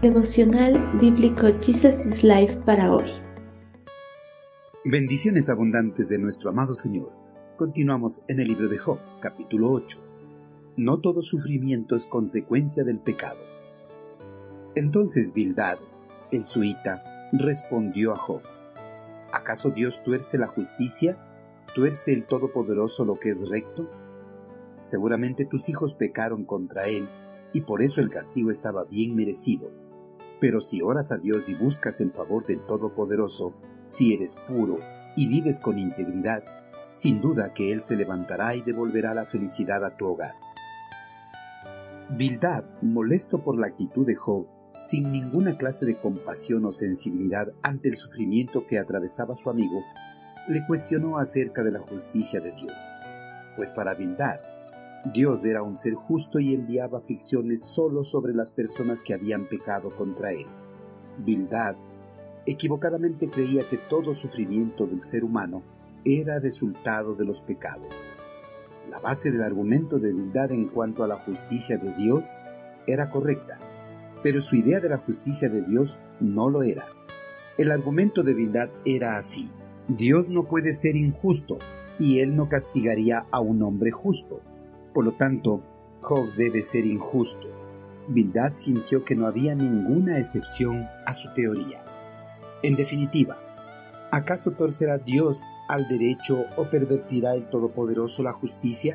Devocional Bíblico Jesus is Life para hoy. Bendiciones abundantes de nuestro amado Señor. Continuamos en el libro de Job, capítulo 8. No todo sufrimiento es consecuencia del pecado. Entonces Bildad, el suita, respondió a Job: ¿Acaso Dios tuerce la justicia? ¿Tuerce el Todopoderoso lo que es recto? Seguramente tus hijos pecaron contra él, y por eso el castigo estaba bien merecido. Pero si oras a Dios y buscas el favor del Todopoderoso, si eres puro y vives con integridad, sin duda que Él se levantará y devolverá la felicidad a tu hogar. Bildad, molesto por la actitud de Job, sin ninguna clase de compasión o sensibilidad ante el sufrimiento que atravesaba su amigo, le cuestionó acerca de la justicia de Dios. Pues para Bildad, Dios era un ser justo y enviaba aflicciones solo sobre las personas que habían pecado contra él. Bildad equivocadamente creía que todo sufrimiento del ser humano era resultado de los pecados. La base del argumento de Bildad en cuanto a la justicia de Dios era correcta, pero su idea de la justicia de Dios no lo era. El argumento de Bildad era así: Dios no puede ser injusto y Él no castigaría a un hombre justo. Por lo tanto, Job debe ser injusto. Bildad sintió que no había ninguna excepción a su teoría. En definitiva, ¿acaso torcerá Dios al derecho o pervertirá el Todopoderoso la justicia?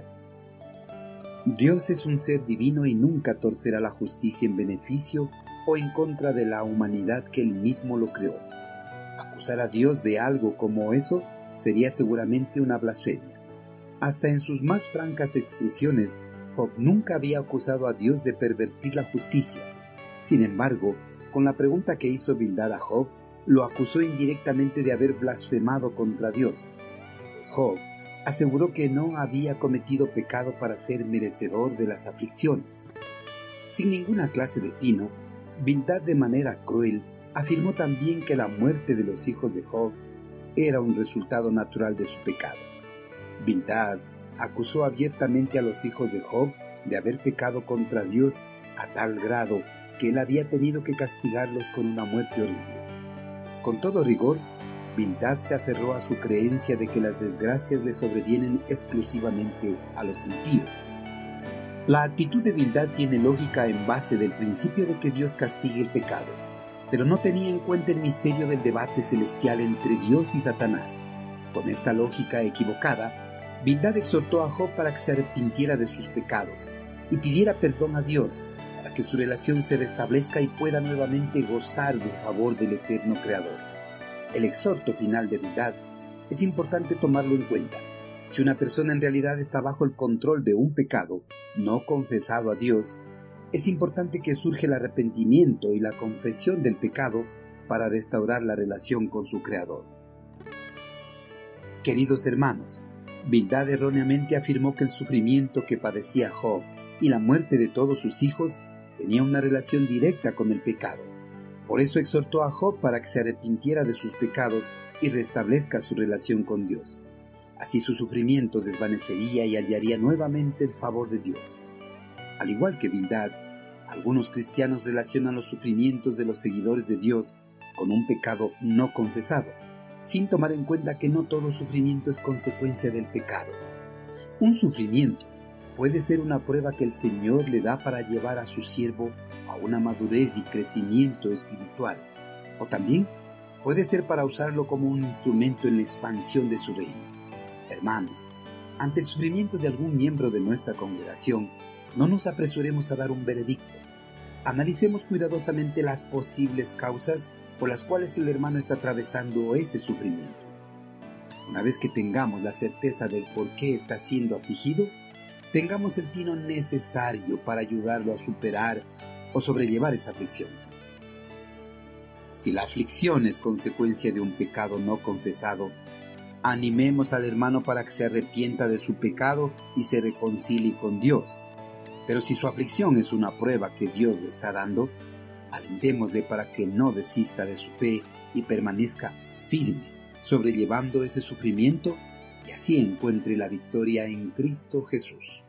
Dios es un ser divino y nunca torcerá la justicia en beneficio o en contra de la humanidad que Él mismo lo creó. Acusar a Dios de algo como eso sería seguramente una blasfemia. Hasta en sus más francas expresiones, Job nunca había acusado a Dios de pervertir la justicia. Sin embargo, con la pregunta que hizo Bildad a Job, lo acusó indirectamente de haber blasfemado contra Dios. Pues Job aseguró que no había cometido pecado para ser merecedor de las aflicciones. Sin ninguna clase de tino, Bildad de manera cruel afirmó también que la muerte de los hijos de Job era un resultado natural de su pecado. Bildad acusó abiertamente a los hijos de Job de haber pecado contra Dios a tal grado que él había tenido que castigarlos con una muerte horrible. Con todo rigor, Bildad se aferró a su creencia de que las desgracias le sobrevienen exclusivamente a los impíos. La actitud de Bildad tiene lógica en base del principio de que Dios castigue el pecado, pero no tenía en cuenta el misterio del debate celestial entre Dios y Satanás. Con esta lógica equivocada, Bildad exhortó a Job para que se arrepintiera de sus pecados y pidiera perdón a Dios para que su relación se restablezca y pueda nuevamente gozar del favor del eterno Creador. El exhorto final de Bildad es importante tomarlo en cuenta. Si una persona en realidad está bajo el control de un pecado no confesado a Dios, es importante que surja el arrepentimiento y la confesión del pecado para restaurar la relación con su Creador. Queridos hermanos, Bildad erróneamente afirmó que el sufrimiento que padecía Job y la muerte de todos sus hijos tenía una relación directa con el pecado. Por eso exhortó a Job para que se arrepintiera de sus pecados y restablezca su relación con Dios. Así su sufrimiento desvanecería y hallaría nuevamente el favor de Dios. Al igual que Bildad, algunos cristianos relacionan los sufrimientos de los seguidores de Dios con un pecado no confesado, sin tomar en cuenta que no todo sufrimiento es consecuencia del pecado. Un sufrimiento puede ser una prueba que el Señor le da para llevar a su siervo a una madurez y crecimiento espiritual, o también puede ser para usarlo como un instrumento en la expansión de su reino. Hermanos, ante el sufrimiento de algún miembro de nuestra congregación, no nos apresuremos a dar un veredicto. Analicemos cuidadosamente las posibles causas por las cuales el hermano está atravesando ese sufrimiento. Una vez que tengamos la certeza del por qué está siendo afligido, tengamos el tino necesario para ayudarlo a superar o sobrellevar esa aflicción. Si la aflicción es consecuencia de un pecado no confesado, animemos al hermano para que se arrepienta de su pecado y se reconcilie con Dios. Pero si su aflicción es una prueba que Dios le está dando, alentémosle para que no desista de su fe y permanezca firme, sobrellevando ese sufrimiento y así encuentre la victoria en Cristo Jesús.